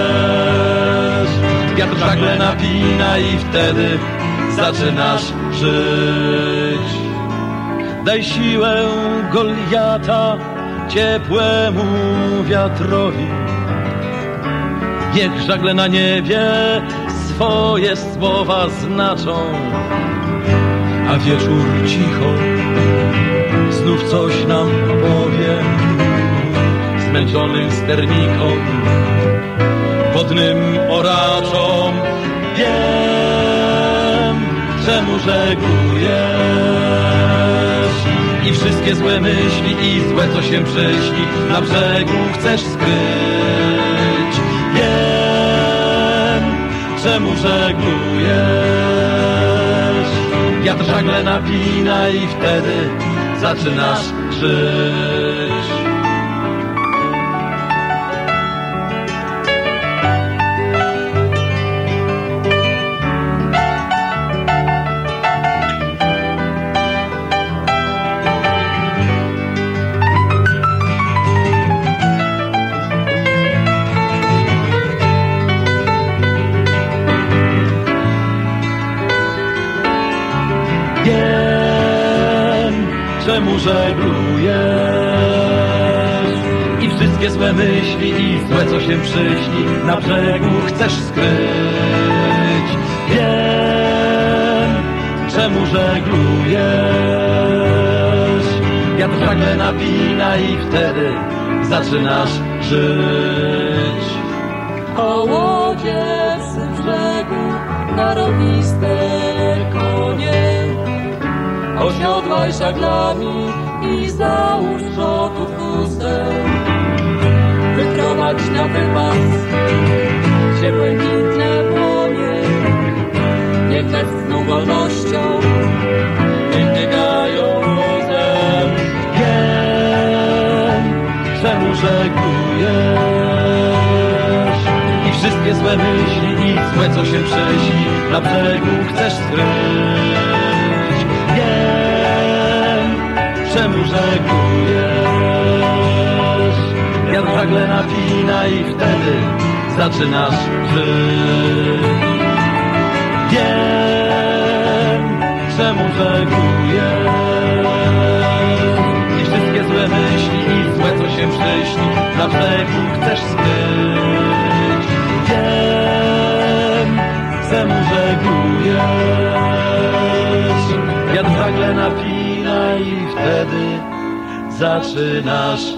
Wiatr żagle napina i wtedy zaczynasz żyć. Daj siłę Goliata ciepłemu wiatrowi. Niech żagle na niebie swoje słowa znaczą, a wieczór cicho znów coś nam powie. Zmęczonym sternikom, wodnym oraczom. Wiem, czemu żeglujesz i wszystkie złe myśli i złe, co się przyśni, na brzegu chcesz skryć. Wiem, czemu żeglujesz. Wiatr żagle napina i wtedy zaczynasz żyć. Czemu żeglujesz i wszystkie złe myśli i złe, co się przyśni, na brzegu chcesz skryć. Wiem, czemu żeglujesz. Wiatr żagle napina i wtedy zaczynasz żyć. O łodzie przy brzegu, narowiste konie, osiodłaj żaglami i załóż rzotów chustę. Wyprowadź na wypas się błękitne płonie, niech westchną wolnością, niech biegają wozem. Wiem, czemu żeglujesz i wszystkie złe myśli i złe, co się prześni, na brzegu chcesz skryć. Czemu żeglujesz? Wiatr żagle napina i wtedy zaczynasz żyć. Wiem, czemu żeglujesz i wszystkie złe myśli i złe, co się przyśni, na brzegu chcesz skryć. Wiem, czemu żeglujesz. Wiatr żagle napina i wtedy zaczynasz żyć.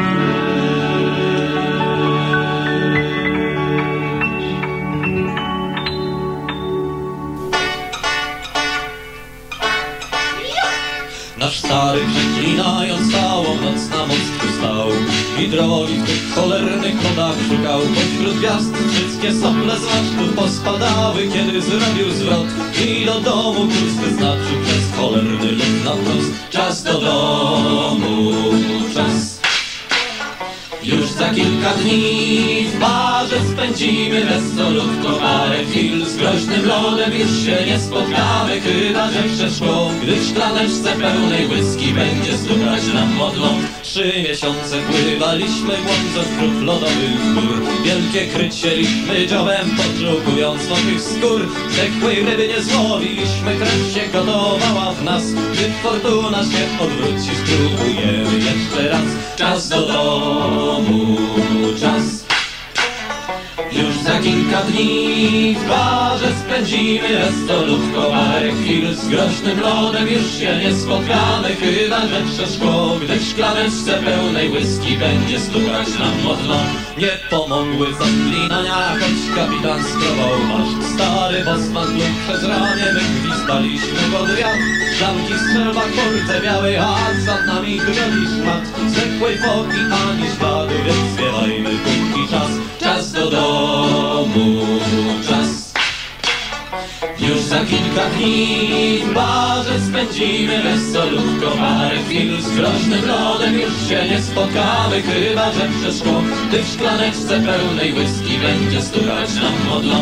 Nasz stary przeklinając całą noc na mostku stał i drogi w tych cholernych wodach szukał. Pośród gwiazd wszystkie sople z masztów pospadały, kiedy zrobił zwrot i do domu kurs wyznaczył przez cholerny lód na wprost. Czas do domu, czas. Już za kilka dni w barze spędzimy resolutko parę chwil. Z groźnym lodem już się nie spotkamy, chyba że przez szkło, gdy w szklaneczce pełnej whisky będzie stukać nam modlą. 3 miesiące pływaliśmy głądząc prób lodowych gór. Wielkie krycieliśmy dziobem, podżukując nowych skór. Zdechłej ryby nie złowiliśmy, krew się gotowała w nas. Gdy fortuna się odwróci, spróbujemy jeszcze raz. Czas do domu, czas. Już za kilka dni w barze spędzimy resolutko parę chwil. Z groźnym lodem już się nie spotkamy, chyba że przez szkło, gdy w szklaneczce pełnej whisky będzie stukać nam modlą. Nie pomogły zaklinania, choć kapitan skrobał maszt. Stary bosman lub przez ramię my gwizdaliśmy pod wiatr. Żanki w strzelbach porce białej, a za nami drogi szmat. Zdechłej foki ani śladu, więc śpiewajmy póki czas. Czas do domu, czas. Już za kilka dni w barze spędzimy resolutko parę chwil. Z groźnym lodem już się nie spotkamy, chyba że przez szkło, gdy w szklaneczce pełnej whisky będzie stukać nam modlą.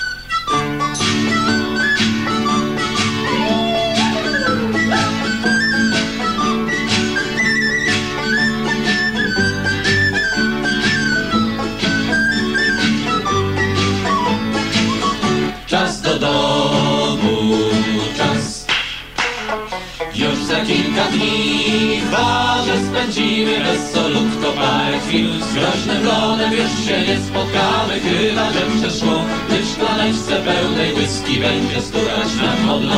Czas do domu, czas. Już za kilka dni w barze spędzimy resolutko parę chwil. Z groźnym lodem już się nie spotkamy, chyba że przeszło, gdy w szklaneczce pełnej whisky będzie stukać nam modlą.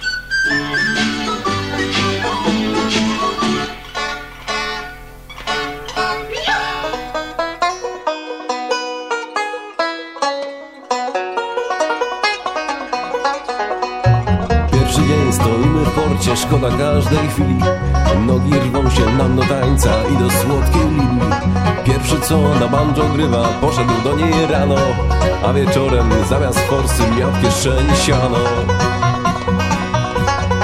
Stoimy w porcie, szkoda każdej chwili. Nogi rwą się nam do tańca i do słodkiej lili. Pierwszy co na banjo grywa, poszedł do niej rano, a wieczorem zamiast forsy miał w kieszeni siano.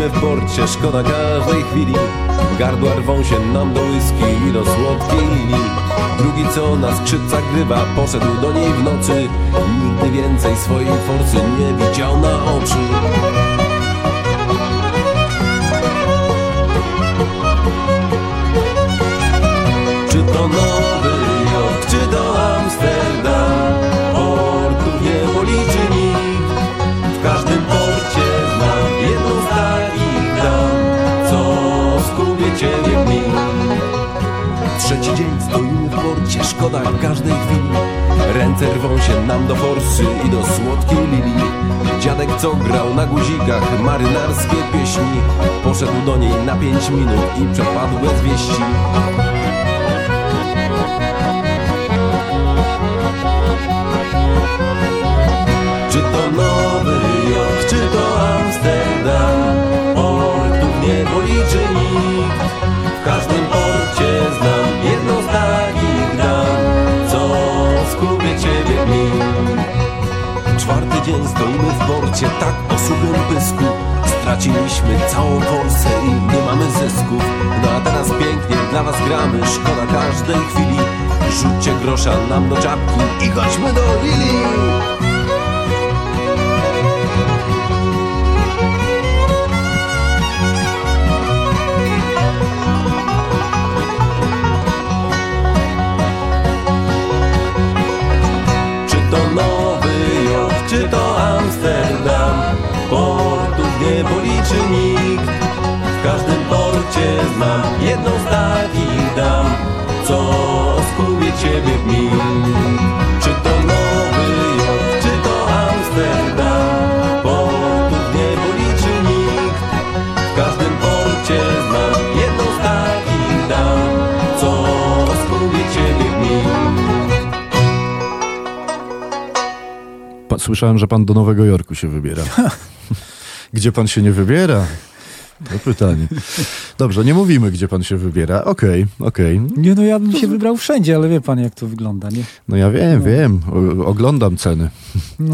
stoimy w porcie, szkoda każdej chwili. W gardła rwą się nam do whisky i do słodkiej linii. Drugi, co na skrzypcach grywa, poszedł do niej w nocy. Nigdy więcej swojej forsy nie widział na oczy. Czy to Nowy Jork, czy to Amsterdam, portów nie policzy nikt. W każdym porcie znam jedną z takich dam, co skubie ciebie w mig. Trzeci dzień stoimy w porcie, szkoda każdej chwili. Ręce rwą się nam do forsy i do słodkiej lilii. Dziadek, co grał na guzikach marynarskie pieśni, poszedł do niej na 5 minut i przepadł bez wieści. Czy to Nowy Jork, czy to Amsterdam, portów nie policzy nikt. W każdym porcie znam jedną z takich dam, co skubie ciebie w mig. Czwarty dzień stoimy w porcie, tak o suchym pysku. Straciliśmy całą forsę i nie mamy zysków. No a teraz pięknie dla was gramy, szkoda każdej chwili. Rzućcie grosza nam do czapki i chodźmy do Lili. Czy to Amsterdam, portów nie policzy nikt. W każdym porcie znam jedną z takich dam, co skubie ciebie w mig. Czy to Nowy Jork, czy to Amsterdam, portów nie policzy nikt. W każdym porcie znam jedną z takich dam, co skubie ciebie w mig. Słyszałem, że pan do Nowego Jorku się wybiera. Gdzie pan się nie wybiera? To pytanie. Dobrze, nie mówimy, gdzie pan się wybiera. Okej. Nie, no ja bym się wybrał wszędzie, ale wie pan, jak to wygląda, nie? No ja wiem. Oglądam ceny. No.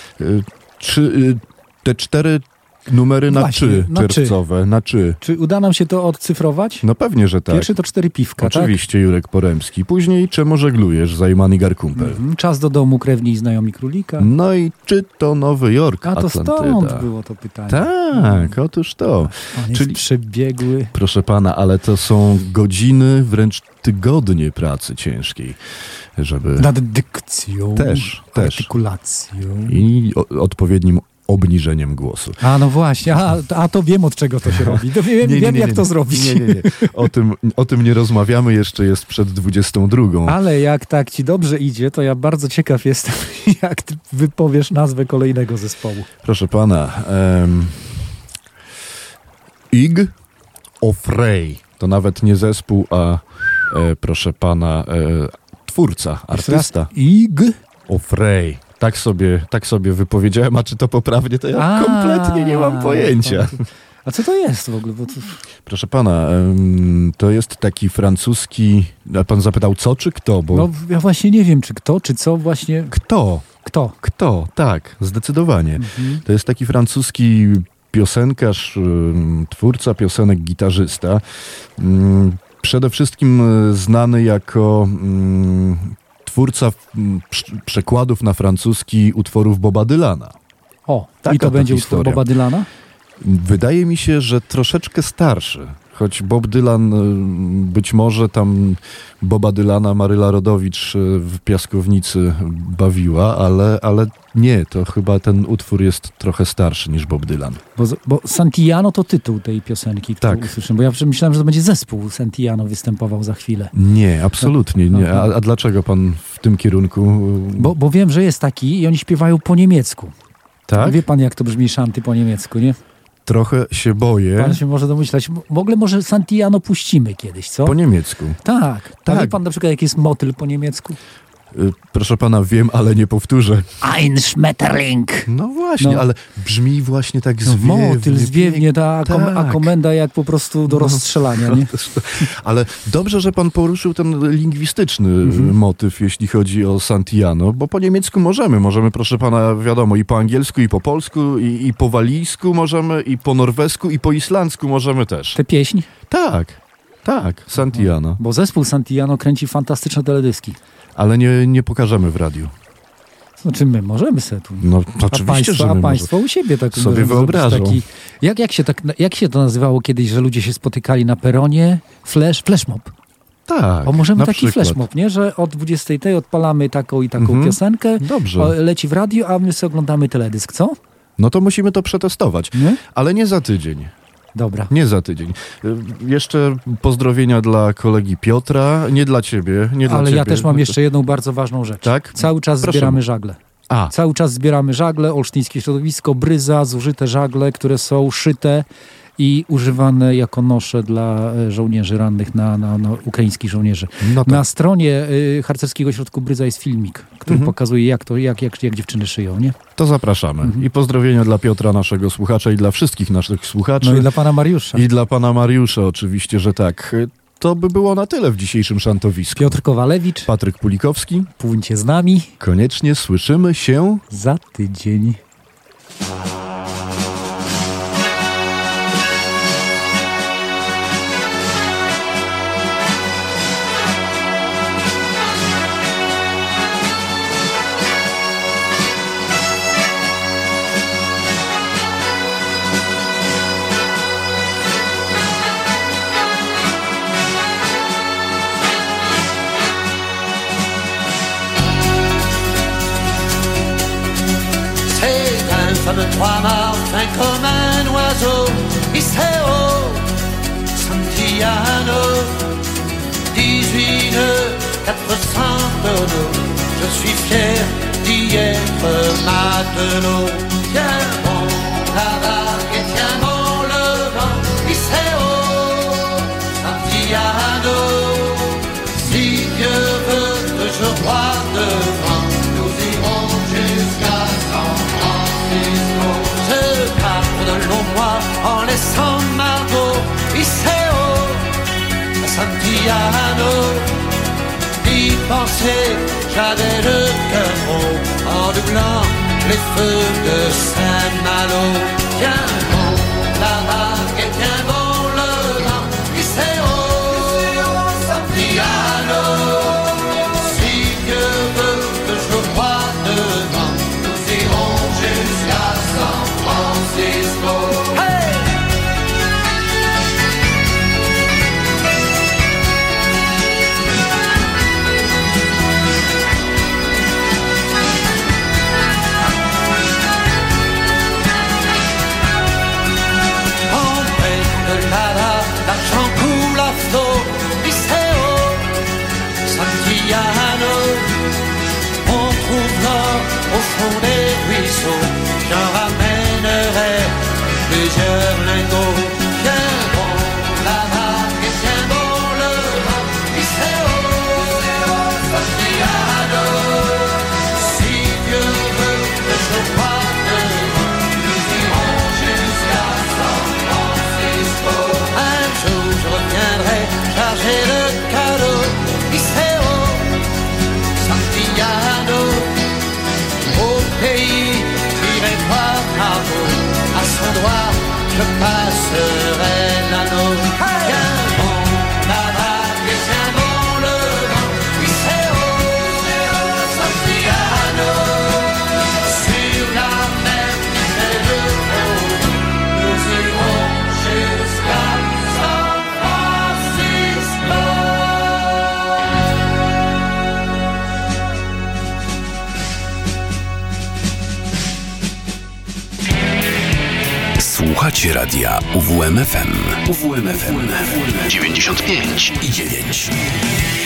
Te 4 numery na Właśnie, czerwcowe. Na czy. Czy uda nam się to odcyfrować? No pewnie, że tak. Pierwszy to 4 piwka, oczywiście, tak? Jurek Poremski. Później Czemu żeglujesz? Zajmany Garkumpel. Czas do domu, krewni i znajomi królika. No i czy to Nowy Jork, A to Atlantyda? stąd było to pytanie. Tak, otóż to. On jest przebiegły. Proszę pana, ale to są godziny, wręcz tygodnie pracy ciężkiej, żeby... Nad dykcją, też. artykulacją. I odpowiednim obniżeniem głosu. A no właśnie, a to wiem, od czego to się robi. Wiem, jak to zrobić. Nie. O tym nie rozmawiamy, jeszcze jest przed 22. Ale jak tak ci dobrze idzie, to ja bardzo ciekaw jestem, jak ty wypowiesz nazwę kolejnego zespołu. Proszę pana, Ig Ofrey. To nawet nie zespół, a proszę pana, twórca, artysta. Ig Ofrey. Tak sobie wypowiedziałem, a czy to poprawnie, to ja kompletnie nie mam pojęcia. A co to jest w ogóle? Bo to... Proszę pana, to jest taki francuski... A pan zapytał co czy kto? Bo... No ja właśnie nie wiem, czy kto, czy co właśnie... Kto, tak, zdecydowanie. To jest taki francuski piosenkarz, twórca piosenek, gitarzysta. Przede wszystkim znany jako... twórca przekładów na francuski utworów Boba Dylana. I to będzie utwór Boba Dylana? Wydaje mi się, że troszeczkę starszy. Choć Bob Dylan, być może tam Boba Dylana Maryla Rodowicz w Piaskownicy bawiła, ale nie, to chyba ten utwór jest trochę starszy niż Bob Dylan. Bo Santillano to tytuł tej piosenki, którą usłyszałem, bo ja myślałem, że to będzie zespół Santillano występował za chwilę. Nie, absolutnie nie. A dlaczego pan w tym kierunku? Bo wiem, że jest taki i oni śpiewają po niemiecku. Tak? Wie pan, jak to brzmi szanty po niemiecku, nie? Trochę się boję. Pan się może domyślać. Może Santillano puścimy kiedyś, co? Po niemiecku. Tak. A wie pan na przykład, jak jest motyl po niemiecku? Proszę pana, wiem, ale nie powtórzę. Ein Schmetterling. No właśnie, ale brzmi właśnie tak zwiewnie. Motyl zwiewnie, a komenda jak po prostu do rozstrzelania, nie? Ale dobrze, że pan poruszył ten lingwistyczny motyw, jeśli chodzi o Santillano, bo po niemiecku możemy, proszę pana, wiadomo, i po angielsku, i po polsku, i po walijsku możemy, i po norwesku, i po islandzku możemy też. Tę pieśń? Tak, Santillano. Bo zespół Santillano kręci fantastyczne teledyski. Ale nie pokażemy w radiu. Znaczy my możemy sobie tu. No oczywiście, że a państwo u siebie tak sobie wyobrażą. Jak się to nazywało kiedyś, że ludzie się spotykali na peronie? Flashmob. Tak. O, możemy taki przykład. Flashmob, nie? Że od 20 odpalamy taką i taką piosenkę. Dobrze. Leci w radiu, a my sobie oglądamy teledysk, co? No to musimy to przetestować. Nie? Ale nie za tydzień. Dobra. Nie za tydzień. Jeszcze pozdrowienia dla kolegi Piotra. Nie dla ciebie. Ale ja też mam jeszcze jedną bardzo ważną rzecz. Tak? Cały czas zbieramy żagle. Cały czas zbieramy żagle, olsztyńskie środowisko, bryza, zużyte żagle, które są szyte i używane jako nosze dla żołnierzy rannych, na ukraińskich żołnierzy. No tak. Na stronie Harcerskiego Ośrodku Bryza jest filmik, który pokazuje, jak dziewczyny szyją, nie? To zapraszamy. I pozdrowienia dla Piotra, naszego słuchacza, i dla wszystkich naszych słuchaczy. No i dla pana Mariusza. I dla pana Mariusza oczywiście, że tak. To by było na tyle w dzisiejszym Szantowisku. Piotr Kowalewicz. Patryk Pulikowski. Bądźcie z nami. Koniecznie słyszymy się za tydzień. Fameux trois-mâts fin comme un oiseau, Iseo, Santillano, 18 nœuds, 400 tonneaux. Je suis fier d'y être matelot. Tiens bon la vague et tiens bon le vent, Iseo, Santillano. Si Dieu veut que je voie devant, nous irons jusqu'à San Francisco. Je pars de longs mois en laissant Margot, Iseo, Santillano. Y penser, j'avais le cœur gros en doublant les feux de Saint-Malo. Tiens bon la vague et tiens bon le vent, Iseo, Santillano. Si Dieu veut que je voie devant, nous irons jusqu'à San Francisco. Hey! L'argent coule à flot, Iseo, Santillano. On trouve l'or au fond des ruisseaux, j'en ramènerai plusieurs lingots. Tiens bon la vague et tiens bon le vent, Iseo, Santillano. Si Dieu veut que je voie devant, nous irons jusqu'à San Francisco. Je reviendrai charger le cadeau, Iseo, Santillano. Au pays, j'irai voir Margot, à son doigt, je passerai l'anneau. Tiens bon la vague et tiens bon le vent, Iseo, Santillano. Sur la mer, c'est le haut, nous irons jusqu'à San Francisco. Słuchacie radia UWMFM. UWMFM 95 i 9.